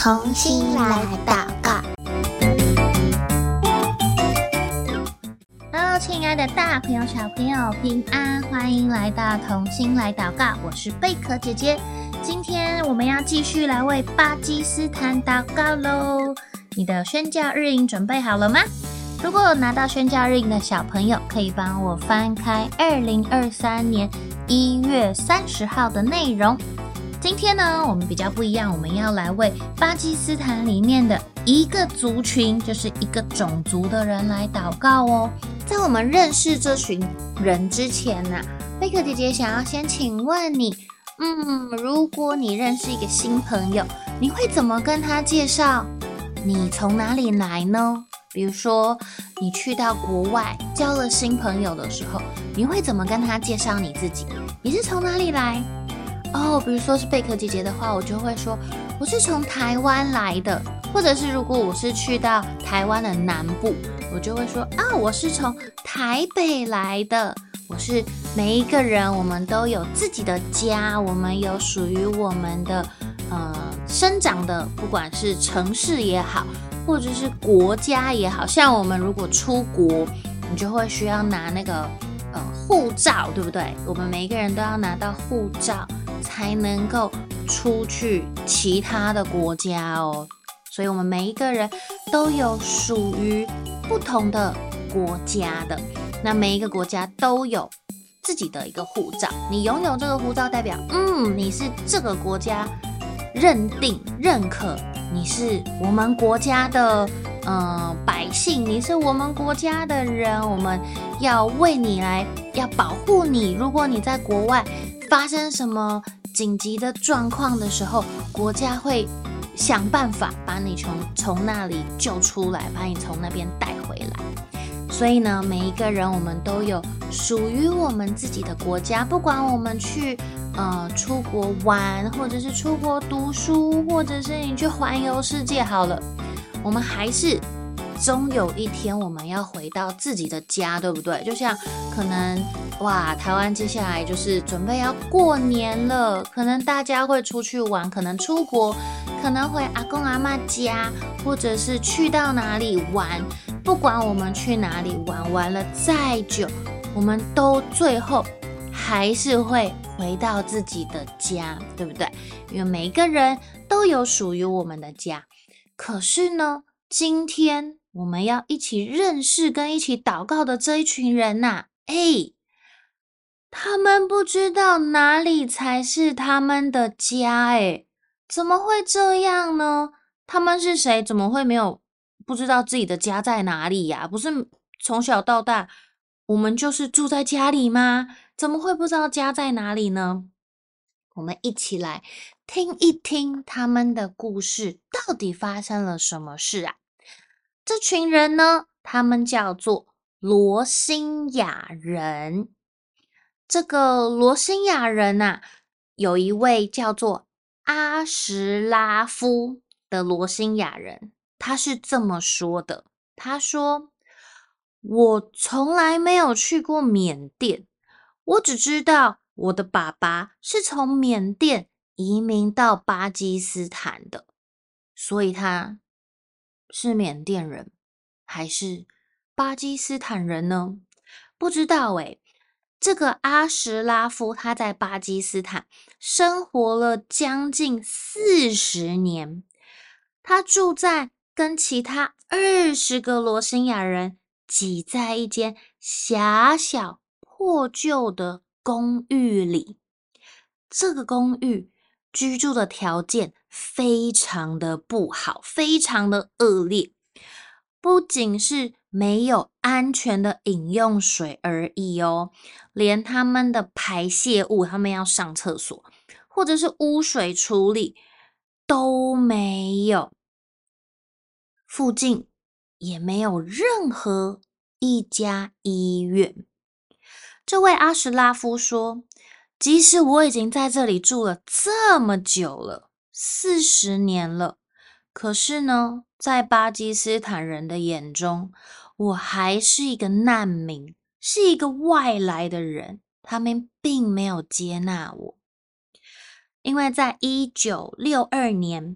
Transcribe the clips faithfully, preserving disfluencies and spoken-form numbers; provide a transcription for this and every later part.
同心来祷告。Hello， 亲爱的大朋友、小朋友，平安！欢迎来到同心来祷告，我是贝壳姐姐。今天我们要继续来为巴基斯坦祷告咯。你的宣教日营准备好了吗？如果有拿到宣教日营的小朋友，可以帮我翻开二零二三年一月三十号的内容。今天呢，我们比较不一样，我们要来为巴基斯坦里面的一个族群，就是一个种族的人来祷告哦。在我们认识这群人之前呢、啊，贝壳姐姐想要先请问你，嗯，如果你认识一个新朋友，你会怎么跟他介绍你从哪里来呢？比如说你去到国外交了新朋友的时候，你会怎么跟他介绍你自己？你是从哪里来？哦，比如说是贝壳姐姐的话，我就会说我是从台湾来的，或者是如果我是去到台湾的南部，我就会说啊，我是从台北来的。我是每一个人，我们都有自己的家，我们有属于我们的呃生长的，不管是城市也好，或者是国家也好。像我们如果出国，你就会需要拿那个呃护照，对不对？我们每一个人都要拿到护照，才能够出去其他的国家哦。所以我们每一个人都有属于不同的国家的，那每一个国家都有自己的一个护照。你拥有这个护照，代表嗯，你是这个国家认定认可，你是我们国家的呃百姓，你是我们国家的人，我们要为你来，要保护你。如果你在国外发生什么紧急的状况的时候，国家会想办法把你从从那里救出来，把你从那边带回来。所以呢，每一个人我们都有属于我们自己的国家，不管我们去呃出国玩，或者是出国读书，或者是你去环游世界好了，我们还是终有一天我们要回到自己的家，对不对？就像可能哇，台湾接下来就是准备要过年了，可能大家会出去玩，可能出国，可能回阿公阿嬷家，或者是去到哪里玩。不管我们去哪里玩，玩了再久，我们都最后还是会回到自己的家，对不对？因为每一个人都有属于我们的家。可是呢，今天我们要一起认识跟一起祷告的这一群人呐、啊，哎，他们不知道哪里才是他们的家，哎，怎么会这样呢？他们是谁？怎么会没有不知道自己的家在哪里呀？不是从小到大我们就是住在家里吗？怎么会不知道家在哪里呢？我们一起来听一听他们的故事，到底发生了什么事啊？这群人呢，他们叫做罗兴亚人。这个罗兴亚人啊，有一位叫做阿什拉夫的罗兴亚人，他是这么说的，他说，我从来没有去过缅甸，我只知道我的爸爸是从缅甸移民到巴基斯坦的，所以他是缅甸人还是巴基斯坦人呢？不知道诶。这个阿什拉夫他在巴基斯坦生活了将近四十年，他住在跟其他二十个罗兴亚人挤在一间狭小破旧的公寓里。这个公寓居住的条件非常的不好，非常的恶劣，不仅是没有安全的饮用水而已哦，连他们的排泄物，他们要上厕所，或者是污水处理都没有，附近也没有任何一家医院。这位阿什拉夫说，即使我已经在这里住了这么久了，四十年了，可是呢，在巴基斯坦人的眼中，我还是一个难民，是一个外来的人，他们并没有接纳我。因为在一九六二年，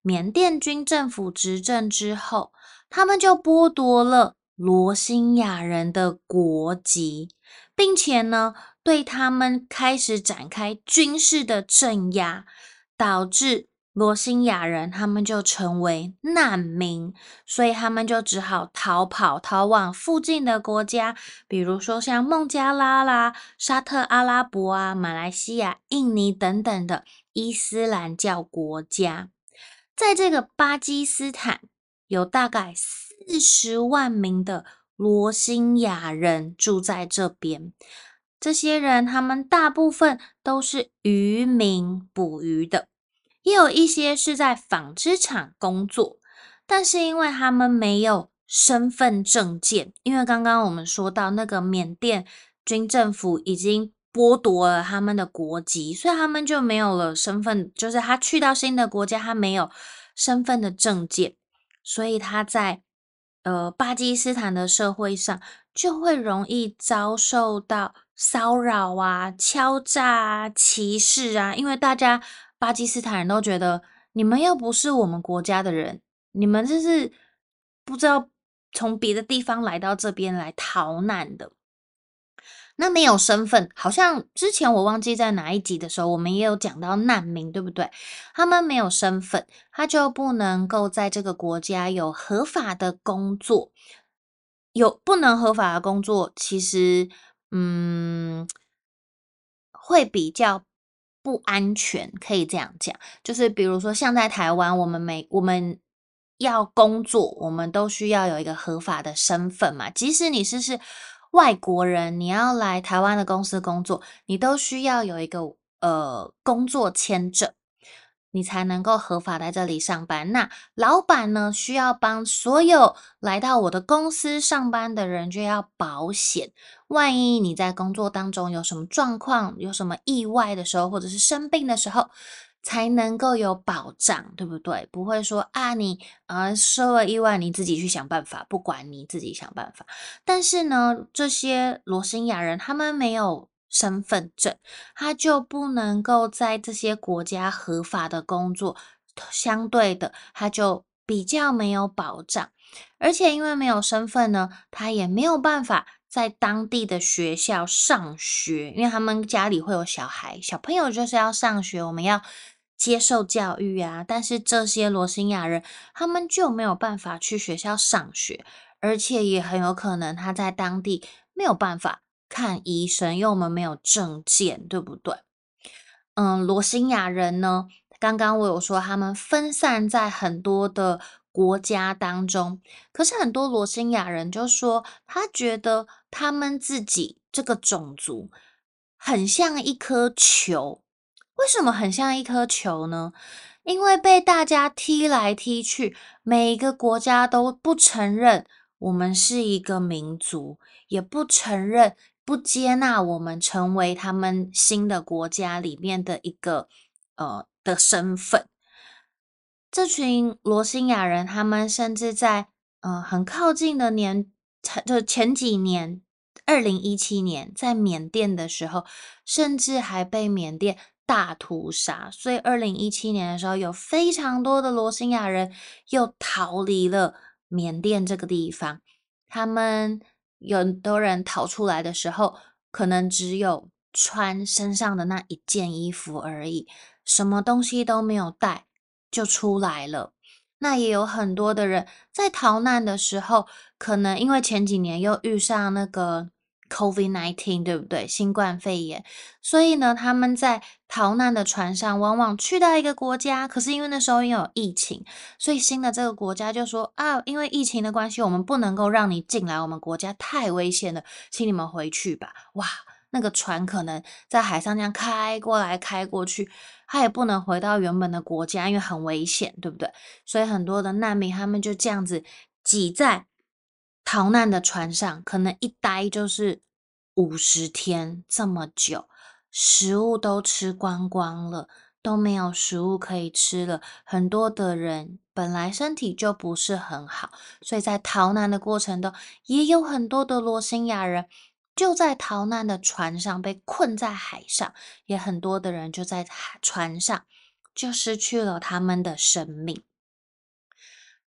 缅甸军政府执政之后，他们就剥夺了罗兴亚人的国籍，并且呢，对他们开始展开军事的镇压，导致罗兴亚人他们就成为难民，所以他们就只好逃跑，逃往附近的国家，比如说像孟加拉啦、沙特阿拉伯啊、马来西亚、印尼等等的伊斯兰教国家。在这个巴基斯坦，有大概四十万名的罗兴亚人住在这边。这些人他们大部分都是渔民，捕鱼的，也有一些是在纺织厂工作，但是因为他们没有身份证件，因为刚刚我们说到那个缅甸军政府已经剥夺了他们的国籍，所以他们就没有了身份，就是他去到新的国家，他没有身份的证件，所以他在呃巴基斯坦的社会上就会容易遭受到骚扰啊、敲诈啊、歧视啊，因为大家巴基斯坦人都觉得你们又不是我们国家的人，你们就是不知道从别的地方来到这边来逃难的。那没有身份，好像之前我忘记在哪一集的时候，我们也有讲到难民，对不对？他们没有身份，他就不能够在这个国家有合法的工作。有不能合法的工作，其实嗯，会比较不安全，可以这样讲。就是比如说像在台湾，我们每我们要工作，我们都需要有一个合法的身份嘛。即使你是是外国人，你要来台湾的公司工作，你都需要有一个呃工作签证，你才能够合法在这里上班。那老板呢，需要帮所有来到我的公司上班的人就要保险。万一你在工作当中有什么状况，有什么意外的时候，或者是生病的时候，才能够有保障，对不对？不会说啊，你呃受了意外，你自己去想办法，不管你自己想办法。但是呢，这些罗兴亚人他们没有身份证，他就不能够在这些国家合法的工作，相对的，他就比较没有保障。而且因为没有身份呢，他也没有办法在当地的学校上学，因为他们家里会有小孩，小朋友就是要上学，我们要接受教育啊。但是这些罗兴亚人，他们就没有办法去学校上学，而且也很有可能他在当地没有办法看医生，因为我们没有证件，对不对？嗯，罗兴亚人呢，刚刚我有说他们分散在很多的国家当中，可是很多罗兴亚人就说，他觉得他们自己这个种族很像一颗球。为什么很像一颗球呢？因为被大家踢来踢去，每一个国家都不承认我们是一个民族，也不承认、不接纳我们成为他们新的国家里面的一个呃的身份。这群罗兴亚人，他们甚至在呃很靠近的年，就前几年，二零一七年在缅甸的时候，甚至还被缅甸大屠杀。所以二零一七年的时候，有非常多的罗兴亚人又逃离了缅甸这个地方。他们有很多人逃出来的时候，可能只有穿身上的那一件衣服而已，什么东西都没有带就出来了。那也有很多的人在逃难的时候，可能因为前几年又遇上那个 COVID 十九， 对不对？新冠肺炎。所以呢，他们在逃难的船上，往往去到一个国家，可是因为那时候又有疫情，所以新的这个国家就说啊，因为疫情的关系，我们不能够让你进来我们国家，太危险了，请你们回去吧。哇，那个船可能在海上这样开过来开过去，他也不能回到原本的国家，因为很危险，对不对？所以很多的难民他们就这样子挤在逃难的船上，可能一待就是五十天这么久，食物都吃光光了，都没有食物可以吃了。很多的人本来身体就不是很好，所以在逃难的过程中，也有很多的罗兴亚人就在逃难的船上被困在海上，也很多的人就在海船上就失去了他们的生命。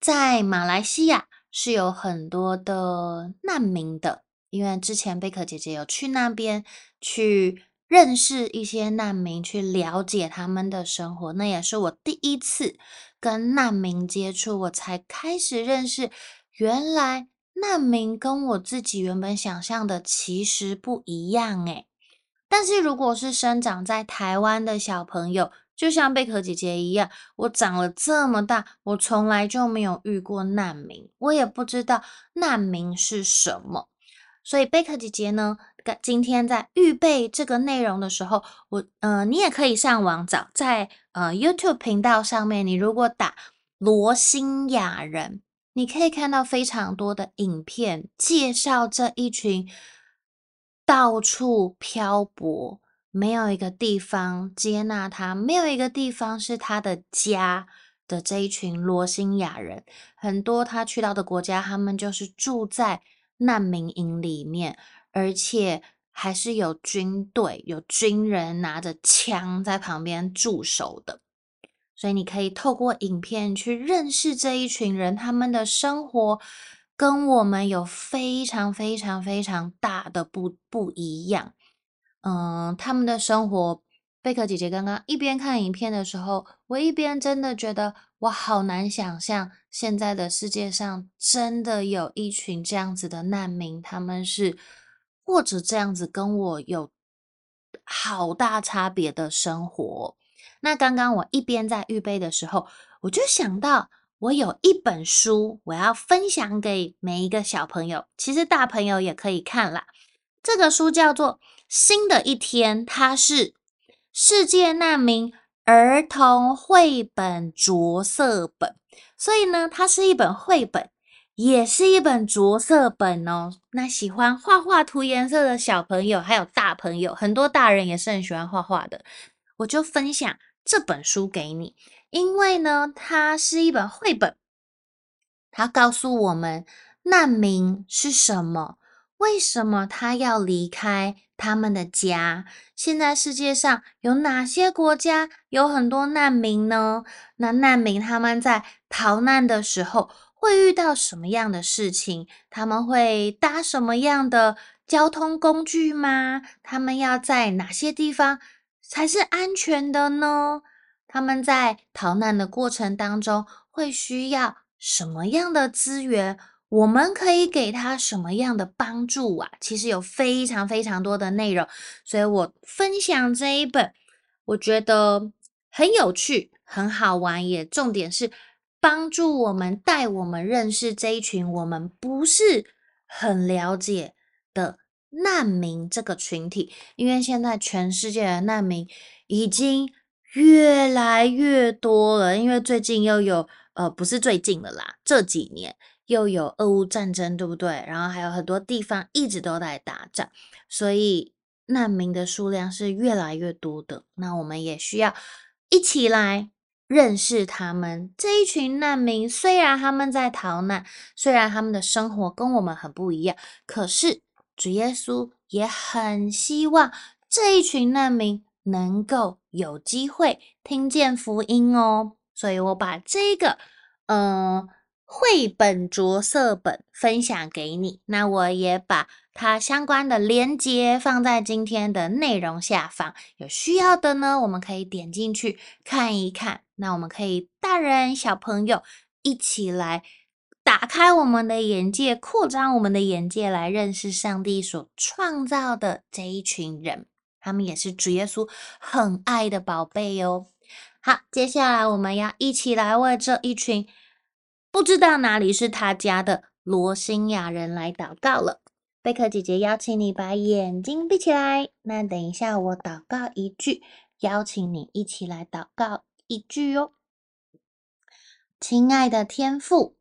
在马来西亚是有很多的难民的，因为之前贝壳姐姐有去那边去认识一些难民，去了解他们的生活，那也是我第一次跟难民接触，我才开始认识，原来难民跟我自己原本想象的其实不一样诶。但是如果是生长在台湾的小朋友，就像贝壳姐姐一样，我长了这么大，我从来就没有遇过难民，我也不知道难民是什么。所以贝壳姐姐呢，今天在预备这个内容的时候，我呃，你也可以上网找，在呃 YouTube 频道上面，你如果打罗兴亚人，你可以看到非常多的影片介绍这一群到处漂泊，没有一个地方接纳他，没有一个地方是他的家的这一群罗兴亚人。很多他去到的国家，他们就是住在难民营里面，而且还是有军队，有军人拿着枪在旁边驻守的。所以你可以透过影片去认识这一群人，他们的生活跟我们有非常非常非常大的不不一样。嗯，他们的生活，贝壳姐姐刚刚一边看影片的时候，我一边真的觉得我好难想象，现在的世界上真的有一群这样子的难民，他们是过着这样子跟我有好大差别的生活。那刚刚我一边在预备的时候，我就想到我有一本书，我要分享给每一个小朋友，其实大朋友也可以看啦。这个书叫做《新的一天》，它是世界难民儿童绘本着色本，所以呢，它是一本绘本，也是一本着色本哦。那喜欢画画涂颜色的小朋友，还有大朋友，很多大人也是很喜欢画画的，我就分享这本书给你，因为呢，它是一本绘本，它告诉我们难民是什么，为什么他要离开他们的家？现在世界上有哪些国家有很多难民呢？那难民他们在逃难的时候会遇到什么样的事情？他们会搭什么样的交通工具吗？他们要在哪些地方才是安全的呢？他们在逃难的过程当中会需要什么样的资源？我们可以给他什么样的帮助啊？其实有非常非常多的内容，所以我分享这一本，我觉得很有趣，很好玩，也重点是帮助我们带我们认识这一群我们不是很了解的难民这个群体，因为现在全世界的难民已经越来越多了，因为最近又有呃，不是最近了啦，这几年又有俄乌战争，对不对？然后还有很多地方一直都在打仗，所以难民的数量是越来越多的。那我们也需要一起来认识他们。这一群难民，虽然他们在逃难，虽然他们的生活跟我们很不一样，可是主耶稣也很希望这一群难民能够有机会听见福音哦。所以我把这个呃绘本着色本分享给你，那我也把它相关的连结放在今天的内容下方，有需要的呢，我们可以点进去看一看。那我们可以大人小朋友一起来打开我们的眼界，扩张我们的眼界，来认识上帝所创造的这一群人，他们也是主耶稣很爱的宝贝哦。好，接下来我们要一起来为这一群不知道哪里是他家的罗兴亚人来祷告了。贝壳姐姐邀请你把眼睛闭起来，那等一下我祷告一句，邀请你一起来祷告一句哦。亲爱的天父，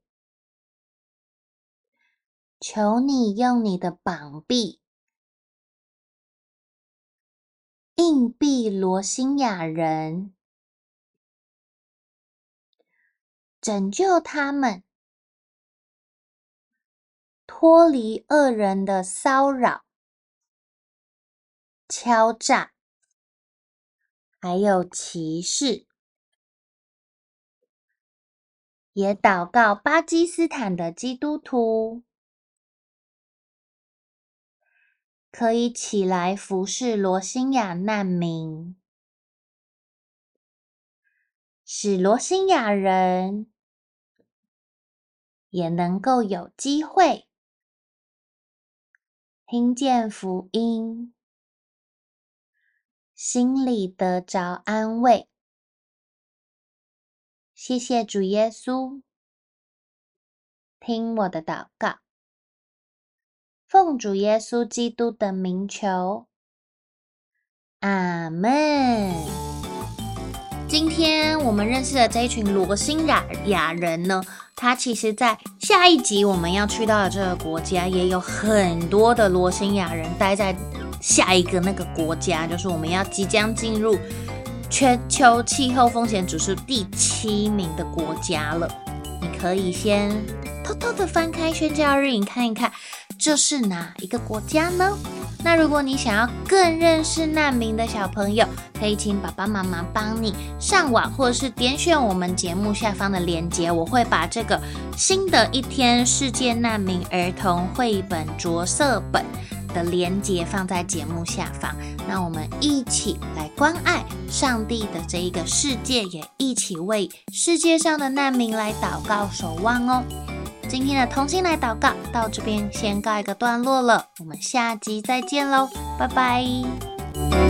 求你用你的膀臂硬币罗兴亚人，拯救他们，脱离恶人的骚扰、敲诈，还有歧视。 也祷告巴基斯坦的基督徒可以起来服侍罗兴亚难民，使罗兴亚人也能够有机会听见福音，心里得着安慰。谢谢主耶稣，听我的祷告，奉主耶稣基督的名求，阿们。今天我们认识的这一群罗兴亚亚人呢，他其实在下一集我们要去到的这个国家，也有很多的罗兴亚人待在下一个那个国家，就是我们要即将进入全球气候风险指数第七名的国家了。你可以先偷偷的翻开宣教日影看一看，这是哪一个国家呢？那如果你想要更认识难民的小朋友，可以请爸爸妈妈帮你上网，或者是点选我们节目下方的连结，我会把这个新的一天世界难民儿童绘本着色本的连结放在节目下方。那我们一起来关爱上帝的这一个世界，也一起为世界上的难民来祷告守望哦。今天的同心来祷告到这边先告一个段落了，我们下集再见喽，拜拜。